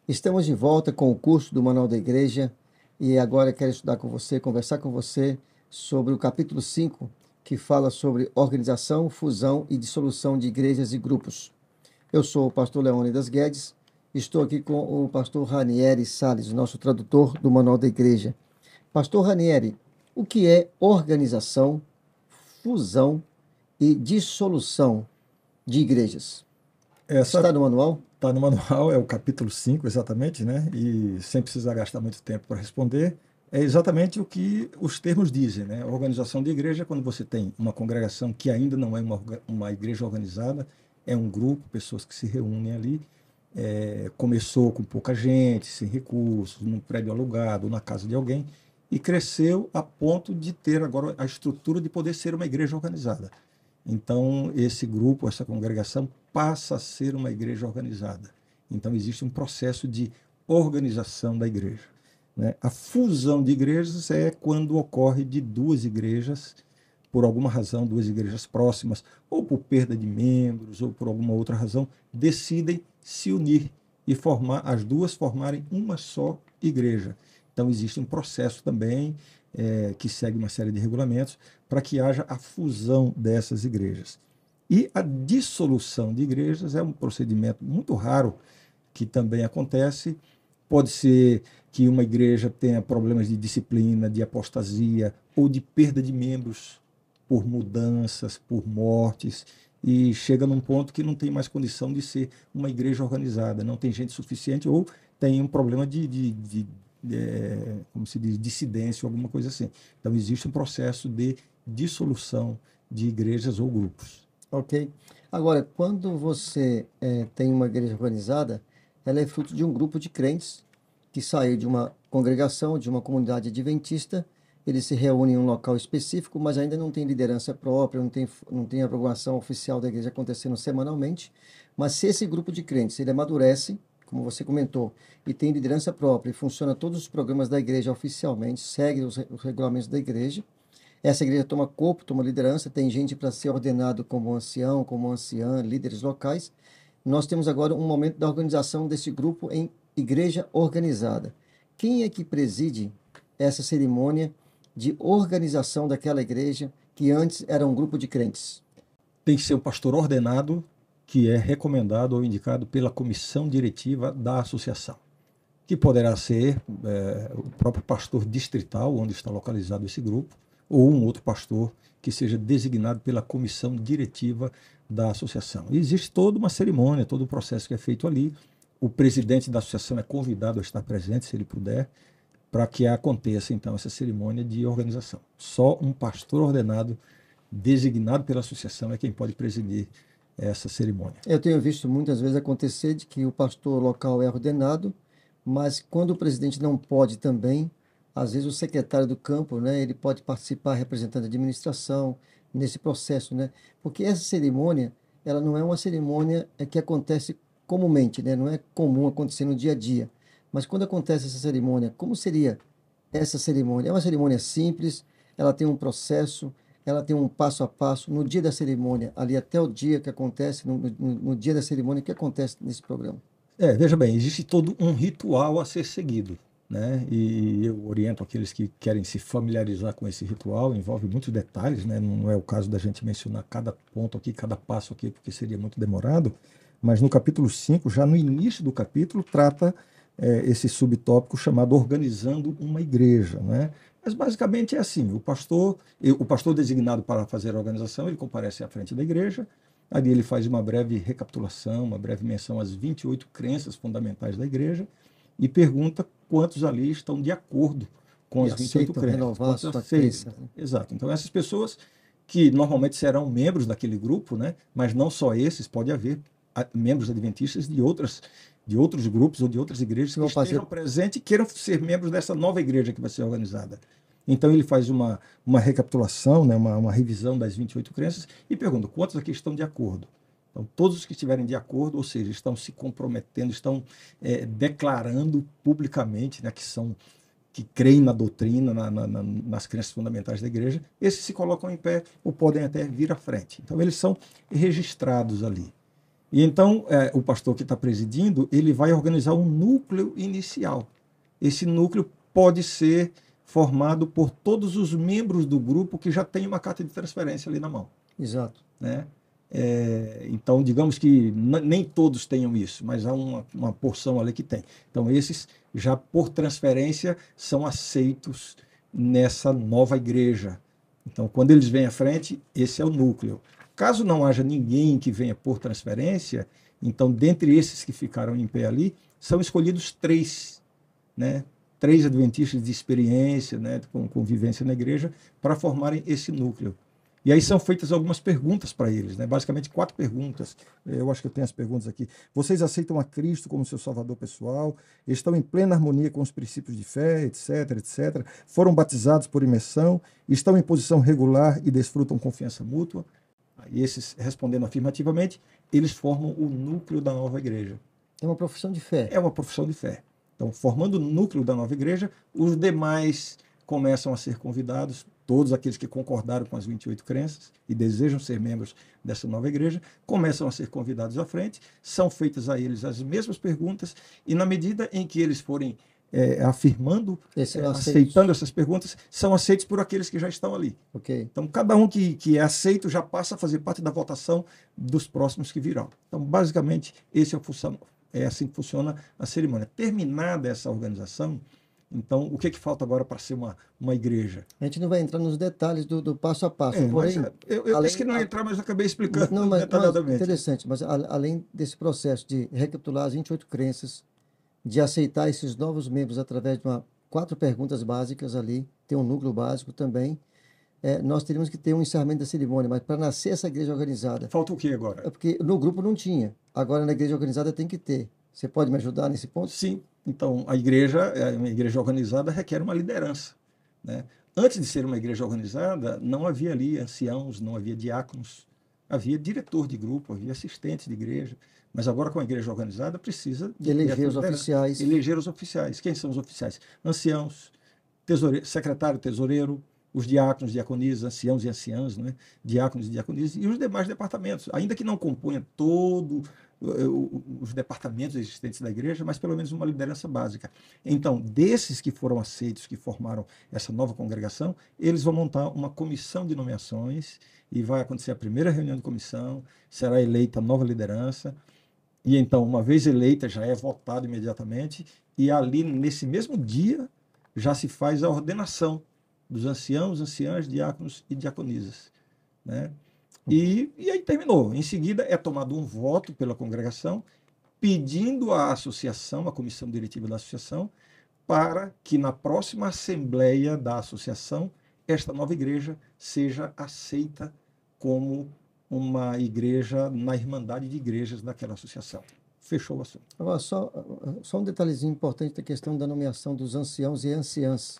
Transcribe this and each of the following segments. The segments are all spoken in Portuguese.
Estamos de volta com o curso do Manual da Igreja e agora eu quero estudar com você, conversar com você sobre o capítulo 5, que fala sobre organização, fusão e dissolução de igrejas e grupos. Eu sou o pastor Leônidas Guedes, estou aqui com o pastor Ranieri Salles, nosso tradutor do Manual da Igreja. Pastor Ranieri, o que é organização, fusão e dissolução de igrejas? Essa Está no manual? está no manual, é o capítulo 5 exatamente, né? E sem precisar gastar muito tempo para responder, é exatamente o que os termos dizem, né? Organização de igreja é quando você tem uma congregação que ainda não é uma igreja organizada, é um grupo, pessoas que se reúnem ali. Começou com pouca gente, sem recursos, num prédio alugado, na casa de alguém, e cresceu a ponto de ter agora a estrutura de poder ser uma igreja organizada. Então, esse grupo, essa congregação, passa a ser uma igreja organizada. Então, existe um processo de organização da igreja, né? A fusão de igrejas é quando ocorre de duas igrejas, por alguma razão, duas igrejas próximas, ou por perda de membros, ou por alguma outra razão, decidem se unir e formar, as duas formarem uma só igreja. Então, existe um processo também que segue uma série de regulamentos para que haja a fusão dessas igrejas. E a dissolução de igrejas é um procedimento muito raro que também acontece. Pode ser que uma igreja tenha problemas de disciplina, de apostasia ou de perda de membros por mudanças, por mortes, e chega num ponto que não tem mais condição de ser uma igreja organizada, não tem gente suficiente ou tem um problema como se diz, dissidência, alguma coisa assim. Então, existe um processo de dissolução de igrejas ou grupos. Ok. Agora, quando você tem uma igreja organizada, ela é fruto de um grupo de crentes que saiu de uma congregação, de uma comunidade adventista. Eles se reúnem em um local específico, mas ainda não tem liderança própria, não tem a programação oficial da igreja acontecendo semanalmente. Mas se esse grupo de crentes ele amadurece, como você comentou, e tem liderança própria, e funciona todos os programas da igreja oficialmente, segue os regulamentos da igreja, essa igreja toma corpo, toma liderança, tem gente para ser ordenado como ancião, como anciã, líderes locais. Nós temos agora um momento da organização desse grupo em igreja organizada. Quem é que preside essa cerimônia de organização daquela igreja que antes era um grupo de crentes? Tem que ser o pastor ordenado, que é recomendado ou indicado pela comissão diretiva da associação, que poderá ser o próprio pastor distrital, onde está localizado esse grupo, ou um outro pastor que seja designado pela comissão diretiva da associação. E existe toda uma cerimônia, todo um processo que é feito ali. O presidente da associação é convidado a estar presente, se ele puder, para que aconteça então essa cerimônia de organização. Só um pastor ordenado, designado pela associação, é quem pode presidir essa cerimônia. Eu tenho visto muitas vezes acontecer de que o pastor local é ordenado, mas quando o presidente não pode também, às vezes o secretário do campo, né, ele pode participar representando a administração nesse processo, né? Porque essa cerimônia, ela não é uma cerimônia que acontece comumente, né? Não é comum acontecer no dia a dia. Mas quando acontece essa cerimônia, como seria essa cerimônia? É uma cerimônia simples, ela tem um processo, ela tem um passo a passo. No dia da cerimônia, ali até o dia que acontece, no dia da cerimônia, o que acontece nesse programa? Veja bem, existe todo um ritual a ser seguido, né? E eu oriento aqueles que querem se familiarizar com esse ritual, envolve muitos detalhes, né? Não é o caso da gente mencionar cada ponto aqui, cada passo aqui, porque seria muito demorado, mas no capítulo 5, já no início do capítulo, trata esse subtópico chamado Organizando uma Igreja, né? Mas basicamente é assim, o pastor designado para fazer a organização, ele comparece à frente da igreja. Ali ele faz uma breve recapitulação, uma breve menção às 28 crenças fundamentais da igreja e pergunta quantos ali estão de acordo com E as 28 aceitam crenças, renovar a quantos sua aceitam. crença, né? Exato. Então essas pessoas que normalmente serão membros daquele grupo, né? Mas não só esses, pode haver membros adventistas de outros grupos ou de outras igrejas Que que vão estejam fazer. presentes e queiram ser membros dessa nova igreja que vai ser organizada. Então ele faz uma recapitulação, né, uma revisão das 28 crenças e pergunta quantos aqui estão de acordo. Então, todos os que estiverem de acordo, ou seja, estão se comprometendo, estão declarando publicamente, né, que creem na doutrina, nas crenças fundamentais da igreja, esses se colocam em pé ou podem até vir à frente. Então, eles são registrados ali. E então, o pastor que está presidindo, ele vai organizar um núcleo inicial. Esse núcleo pode ser formado por todos os membros do grupo que já tem uma carta de transferência ali na mão, Exato. né? Então, digamos que nem todos tenham isso, mas há uma porção ali que tem. Então, esses já por transferência são aceitos nessa nova igreja. Então, quando eles vêm à frente, esse é o núcleo. Caso não haja ninguém que venha por transferência, então, dentre esses que ficaram em pé ali, são escolhidos três, né? Três adventistas de experiência, né? Com convivência na igreja, para formarem esse núcleo. E aí são feitas algumas perguntas para eles, né? Basicamente 4 perguntas. Eu acho que eu tenho as perguntas aqui. Vocês aceitam a Cristo como seu salvador pessoal? Estão em plena harmonia com os princípios de fé, etc, etc. Foram batizados por imersão? Estão em posição regular e desfrutam confiança mútua? E esses, respondendo afirmativamente, eles formam o núcleo da nova igreja. É uma profissão de fé. É uma profissão de fé. Então, formando o núcleo da nova igreja, os demais começam a ser convidados, todos aqueles que concordaram com as 28 crenças e desejam ser membros dessa nova igreja, começam a ser convidados à frente, são feitas a eles as mesmas perguntas, e na medida em que eles forem afirmando, aceitando essas perguntas, são aceitos por aqueles que já estão ali. Okay. Então, cada um que é aceito já passa a fazer parte da votação dos próximos que virão. Então, basicamente, esse é assim que funciona a cerimônia. Terminada essa organização, então, o que falta agora para ser uma igreja? A gente não vai entrar nos detalhes do passo a passo. Porém, eu disse que não ia entrar, mas acabei explicando detalhadamente. Interessante, mas além desse processo de recapitular as 28 crenças, de aceitar esses novos membros através de 4 perguntas básicas ali, tem um núcleo básico também, nós teríamos que ter um encerramento da cerimônia, mas para nascer essa igreja organizada... Falta o que agora? É porque no grupo não tinha, agora na igreja organizada tem que ter. Você pode me ajudar nesse ponto? Sim. Então, uma igreja organizada requer uma liderança, né? Antes de ser uma igreja organizada, não havia ali anciãos, não havia diáconos, havia diretor de grupo, havia assistentes de igreja. Mas agora, com a igreja organizada, precisa de eleger os oficiais. Eleger os oficiais. Quem são os oficiais? Anciãos, secretário, tesoureiro, os diáconos, diaconisas, anciãos e anciãs, né? Diáconos e diaconisas, e os demais departamentos, ainda que não componha todo os departamentos existentes da igreja, mas pelo menos uma liderança básica. Então, desses que foram aceitos, que formaram essa nova congregação, eles vão montar uma comissão de nomeações e vai acontecer a primeira reunião de comissão, será eleita a nova liderança, e então, uma vez eleita, já é votado imediatamente, e ali, nesse mesmo dia, já se faz a ordenação dos anciãos, anciãs, diáconos e diaconisas, né? E aí terminou. Em seguida, é tomado um voto pela congregação, pedindo à associação, à comissão diretiva da associação, para que na próxima assembleia da associação, esta nova igreja seja aceita como uma igreja na irmandade de igrejas daquela associação. Fechou o assunto. Agora, só um detalhezinho importante da questão da nomeação dos anciãos e anciãs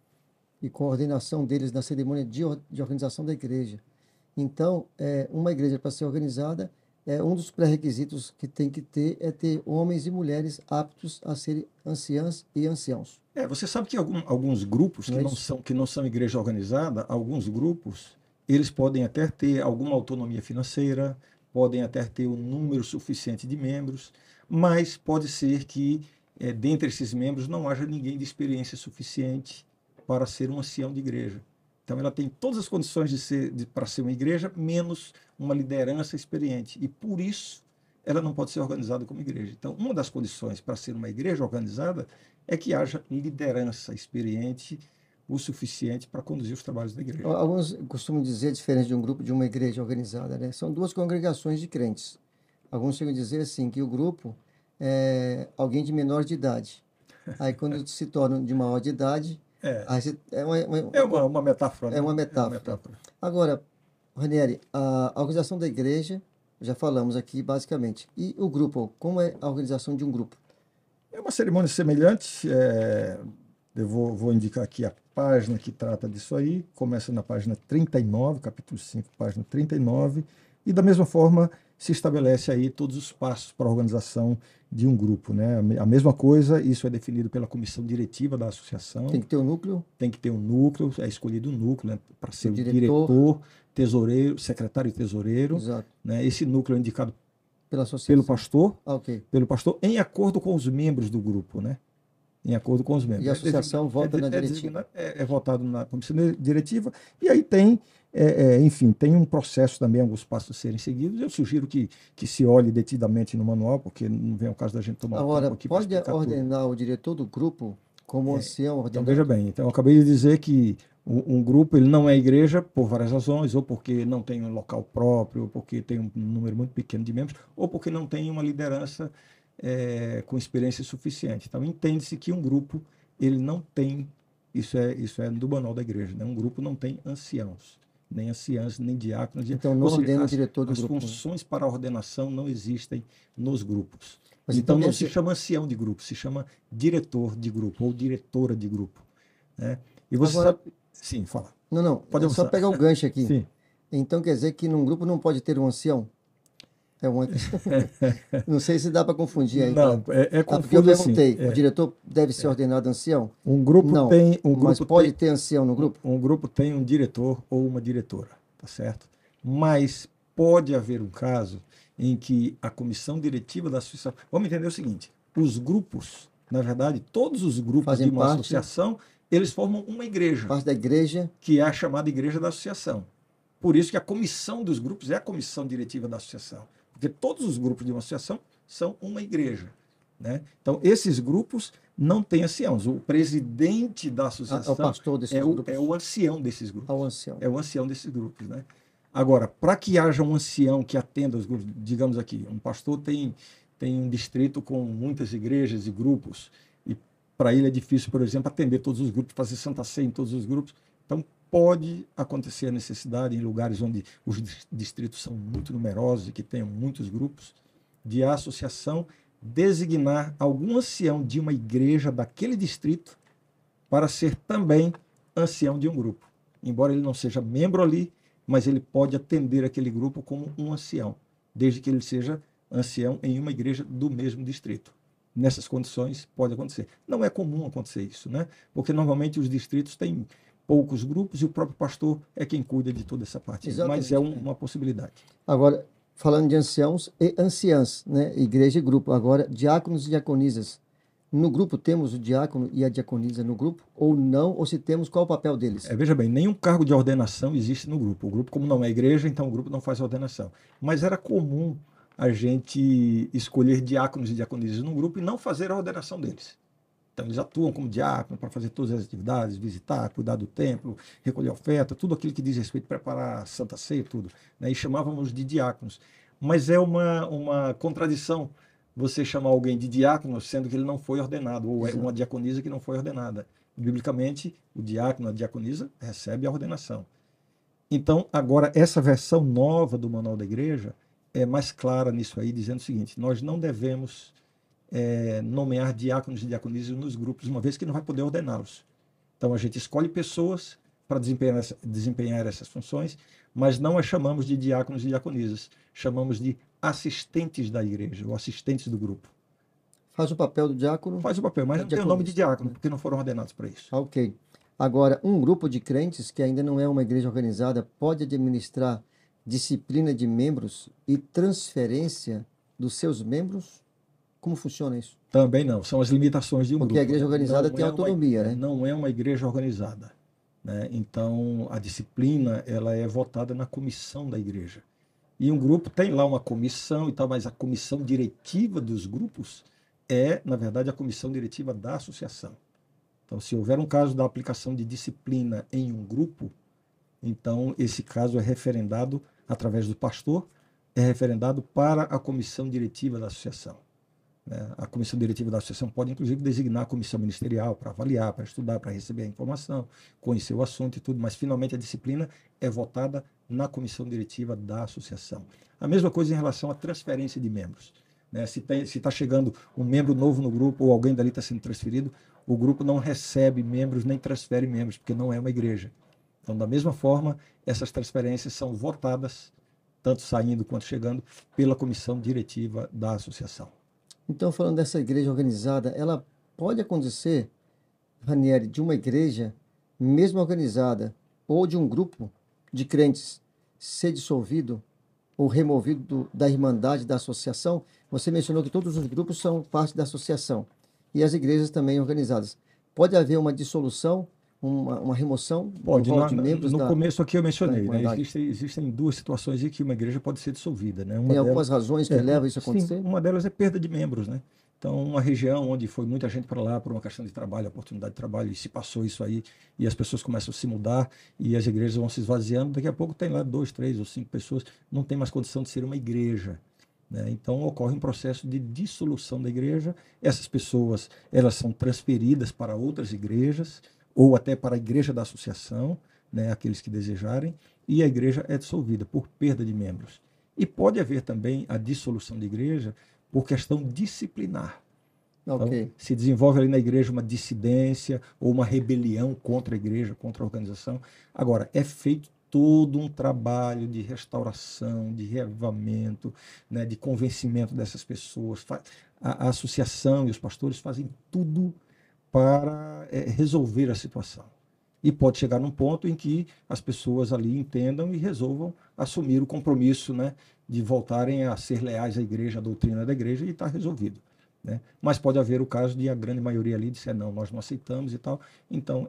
e coordenação deles na cerimônia de organização da igreja. Então, uma igreja, para ser organizada, um dos pré-requisitos que tem que ter é ter homens e mulheres aptos a serem anciãs e anciãos. Você sabe que alguns grupos que não são igreja organizada, alguns grupos, eles podem até ter alguma autonomia financeira, podem até ter um número suficiente de membros, mas pode ser que dentre esses membros não haja ninguém de experiência suficiente para ser um ancião de igreja. Então, ela tem todas as condições para ser uma igreja, menos uma liderança experiente. E, por isso, ela não pode ser organizada como igreja. Então, uma das condições para ser uma igreja organizada é que haja liderança experiente o suficiente para conduzir os trabalhos da igreja. Alguns costumam dizer, diferente de um grupo, de uma igreja organizada, né? São 2 congregações de crentes. Alguns chegam a dizer assim, que o grupo é alguém de menor de idade. Aí, quando se torna de maior de idade... uma metáfora. Né? É uma metáfora. Agora, Ranieri, a organização da igreja, já falamos aqui basicamente. E o grupo, como é a organização de um grupo? É uma cerimônia semelhante. Eu vou indicar aqui a página que trata disso aí. Começa na página 39, capítulo 5, página 39. E da mesma forma se estabelece aí todos os passos para a organização de um grupo, né? A mesma coisa, isso é definido pela comissão diretiva da associação. Tem que ter um núcleo? Tem que ter um núcleo, é escolhido um núcleo, né, para ser o diretor, tesoureiro, secretário e tesoureiro. Exato. Né? Esse núcleo é indicado Pela pelo associação. pastor, Ah, ok. pelo pastor, em acordo com os membros do grupo, né? Em acordo com os membros. E a associação vota na diretiva. É votado na comissão diretiva, e aí tem, enfim, tem um processo também, alguns passos a serem seguidos. Eu sugiro que se olhe detidamente no manual, porque não vem ao caso da gente tomar um Agora, tempo aqui para pode explicar tudo. ordenar o diretor do grupo como ancião Então, ordenado? veja bem, então, eu acabei de dizer que um grupo ele não é igreja por várias razões, ou porque não tem um local próprio, ou porque tem um número muito pequeno de membros, ou porque não tem uma liderança com experiência suficiente. Então, entende-se que um grupo ele não tem, isso é do manual da igreja, né? Um grupo não tem anciãos, nem anciãs, nem diáconos. Então, não Ou seja, ordena o diretor do as grupo. funções para a ordenação não existem nos grupos. Mas Então, então não quer se dizer- chama ancião de grupo, se chama diretor de grupo ou diretora de grupo, né? E você Agora- sabe... Sim, fala. Não, Pode é só avançar. pegar o gancho aqui. Sim. Então quer dizer que num grupo não pode ter um ancião? É uma questão. Não sei se dá para confundir aí. Não, Tá? é Porque eu confuso assim. perguntei, o diretor deve ser ordenado ancião? Um grupo Não, tem... mas pode ter ancião no grupo? Um grupo tem um diretor ou uma diretora, tá certo? Mas pode haver um caso em que a comissão diretiva da associação... Vamos entender o seguinte, os grupos, na verdade, todos os grupos Fazem de uma parte- associação, eles formam uma igreja, Parte da igreja. que é a chamada igreja da associação. Por isso que a comissão dos grupos é a comissão diretiva da associação. Porque todos os grupos de uma associação são uma igreja, né? Então, esses grupos não têm anciãos. O presidente da associação É o pastor desses grupos. é o ancião desses grupos. Ao ancião. É o ancião desses grupos, né? Agora, para que haja um ancião que atenda os grupos, digamos aqui, um pastor tem um distrito com muitas igrejas e grupos, e para ele é difícil, por exemplo, atender todos os grupos, fazer Santa Ceia em todos os grupos. Então, pode acontecer a necessidade, em lugares onde os distritos são muito numerosos e que tenham muitos grupos, de a associação designar algum ancião de uma igreja daquele distrito para ser também ancião de um grupo. Embora ele não seja membro ali, mas ele pode atender aquele grupo como um ancião, desde que ele seja ancião em uma igreja do mesmo distrito. Nessas condições pode acontecer. Não é comum acontecer isso, né? Porque normalmente os distritos têm poucos grupos e o próprio pastor é quem cuida de toda essa parte. Mas é Exatamente. uma possibilidade. Agora, falando de anciãos e anciãs, né? Igreja e grupo. Agora, diáconos e diaconisas. No grupo temos o diácono e a diaconisa no grupo? Ou não? Ou se temos, qual o papel deles? Veja bem, nenhum cargo de ordenação existe no grupo. O grupo, como não é igreja, então o grupo não faz ordenação. Mas era comum a gente escolher diáconos e diaconisas no grupo e não fazer a ordenação deles. Então, eles atuam como diácono para fazer todas as atividades, visitar, cuidar do templo, recolher oferta, tudo aquilo que diz respeito a preparar a Santa Ceia, tudo, né? E chamávamos de diáconos. Mas é uma contradição você chamar alguém de diácono, sendo que ele não foi ordenado, ou é uma diaconisa que não foi ordenada. Biblicamente, o diácono, a diaconisa, recebe a ordenação. Então, agora, essa versão nova do Manual da Igreja é mais clara nisso aí, dizendo o seguinte: nós não devemos nomear diáconos e diaconisas nos grupos, uma vez que não vai poder ordená-los. Então, a gente escolhe pessoas para desempenhar essas funções, mas não as chamamos de diáconos e diaconisas, chamamos de assistentes da igreja, ou assistentes do grupo. Faz o papel do diácono? Faz o papel, mas não tem o nome de diácono, porque não foram ordenados para isso. Ok. Agora, um grupo de crentes que ainda não é uma igreja organizada pode administrar disciplina de membros e transferência dos seus membros? Como funciona isso? Também não, são as limitações de um Porque grupo. a igreja organizada tem autonomia, né? Não é uma igreja organizada, né? Então, a disciplina ela é votada na comissão da igreja. E um grupo tem lá uma comissão e tal, mas a comissão diretiva dos grupos é, na verdade, a comissão diretiva da associação. Então, se houver um caso da aplicação de disciplina em um grupo, então esse caso é referendado através do pastor, é referendado para a comissão diretiva da associação. A comissão diretiva da associação pode, inclusive, designar a comissão ministerial para avaliar, para estudar, para receber a informação, conhecer o assunto e tudo, mas, finalmente, a disciplina é votada na comissão diretiva da associação. A mesma coisa em relação à transferência de membros, né? Se está chegando um membro novo no grupo ou alguém dali está sendo transferido, o grupo não recebe membros nem transfere membros, porque não é uma igreja. Então, da mesma forma, essas transferências são votadas, tanto saindo quanto chegando, pela comissão diretiva da associação. Então, falando dessa igreja organizada, ela pode acontecer, Ranieri, de uma igreja, mesmo organizada, ou de um grupo de crentes ser dissolvido ou removido da Irmandade da Associação? Você mencionou que todos os grupos são parte da associação e as igrejas também organizadas. Pode haver uma dissolução, uma remoção do Pode. rol de membros No começo aqui eu da mencionei, né? Irmandade? Existem duas situações em que uma igreja pode ser dissolvida, né? Uma Tem delas algumas razões que levam isso a sim, acontecer? uma delas é perda de membros, né? Então, uma região onde foi muita gente para lá por uma questão de trabalho, oportunidade de trabalho, e se passou isso aí, e as pessoas começam a se mudar, e as igrejas vão se esvaziando, daqui a pouco tem lá 2, 3 ou 5 pessoas, não tem mais condição de ser uma igreja, né? Então, ocorre um processo de dissolução da igreja, essas pessoas, elas são transferidas para outras igrejas, ou até para a igreja da associação, né, aqueles que desejarem, e a igreja é dissolvida por perda de membros. E pode haver também a dissolução da igreja por questão disciplinar. Então, Ok. se desenvolve ali na igreja uma dissidência ou uma rebelião contra a igreja, contra a organização. Agora, é feito todo um trabalho de restauração, de reavivamento, né, de convencimento dessas pessoas. A associação e os pastores fazem tudo para resolver a situação. E pode chegar num ponto em que as pessoas ali entendam e resolvam assumir o compromisso, né, de voltarem a ser leais à igreja, à doutrina da igreja, e está resolvido, né? Mas pode haver o caso de a grande maioria ali disser, não, nós não aceitamos e tal. Então,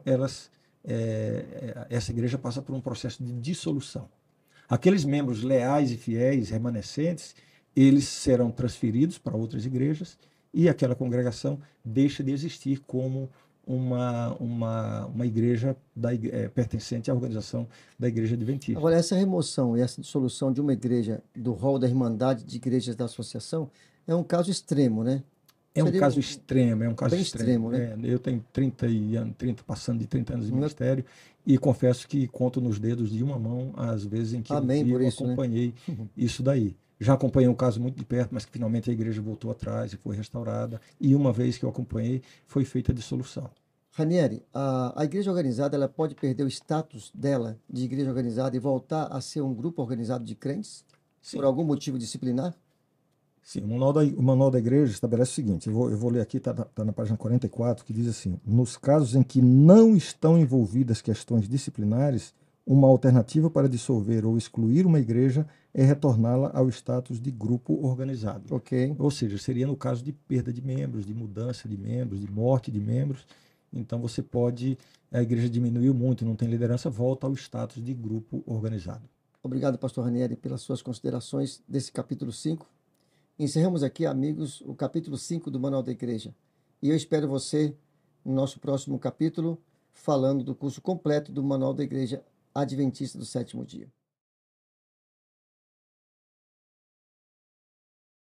essa igreja passa por um processo de dissolução. Aqueles membros leais e fiéis, remanescentes, eles serão transferidos para outras igrejas e aquela congregação deixa de existir como uma igreja pertencente à organização da Igreja Adventista. Agora, essa remoção e essa dissolução de uma igreja do rol da Irmandade de Igrejas da Associação é um caso extremo, né? É um Seria caso extremo, é um caso bem extremo. extremo, né? Eu tenho 30, passando de 30 anos de Não é- ministério, e confesso que conto nos dedos de uma mão as vezes em que eu Amém vi por ou isso, né? acompanhei isso daí. Já acompanhei um caso muito de perto, mas que finalmente a igreja voltou atrás e foi restaurada. E uma vez que eu acompanhei, foi feita a dissolução. Ranieri, a igreja organizada ela pode perder o status dela de igreja organizada e voltar a ser um grupo organizado de crentes por Sim, algum motivo disciplinar? sim. O manual da igreja estabelece o seguinte: eu vou ler aqui, está na página 44, que diz assim: nos casos em que não estão envolvidas questões disciplinares, uma alternativa para dissolver ou excluir uma igreja é retorná-la ao status de grupo organizado. Ok. Ou seja, seria no caso de perda de membros, de mudança de membros, de morte de membros. Então você pode, a igreja diminuiu muito, não tem liderança, volta ao status de grupo organizado. Obrigado, pastor Ranieri, pelas suas considerações desse capítulo 5. Encerramos aqui, amigos, o capítulo 5 do Manual da Igreja. E eu espero você no nosso próximo capítulo, falando do curso completo do Manual da Igreja Adventista do Sétimo Dia.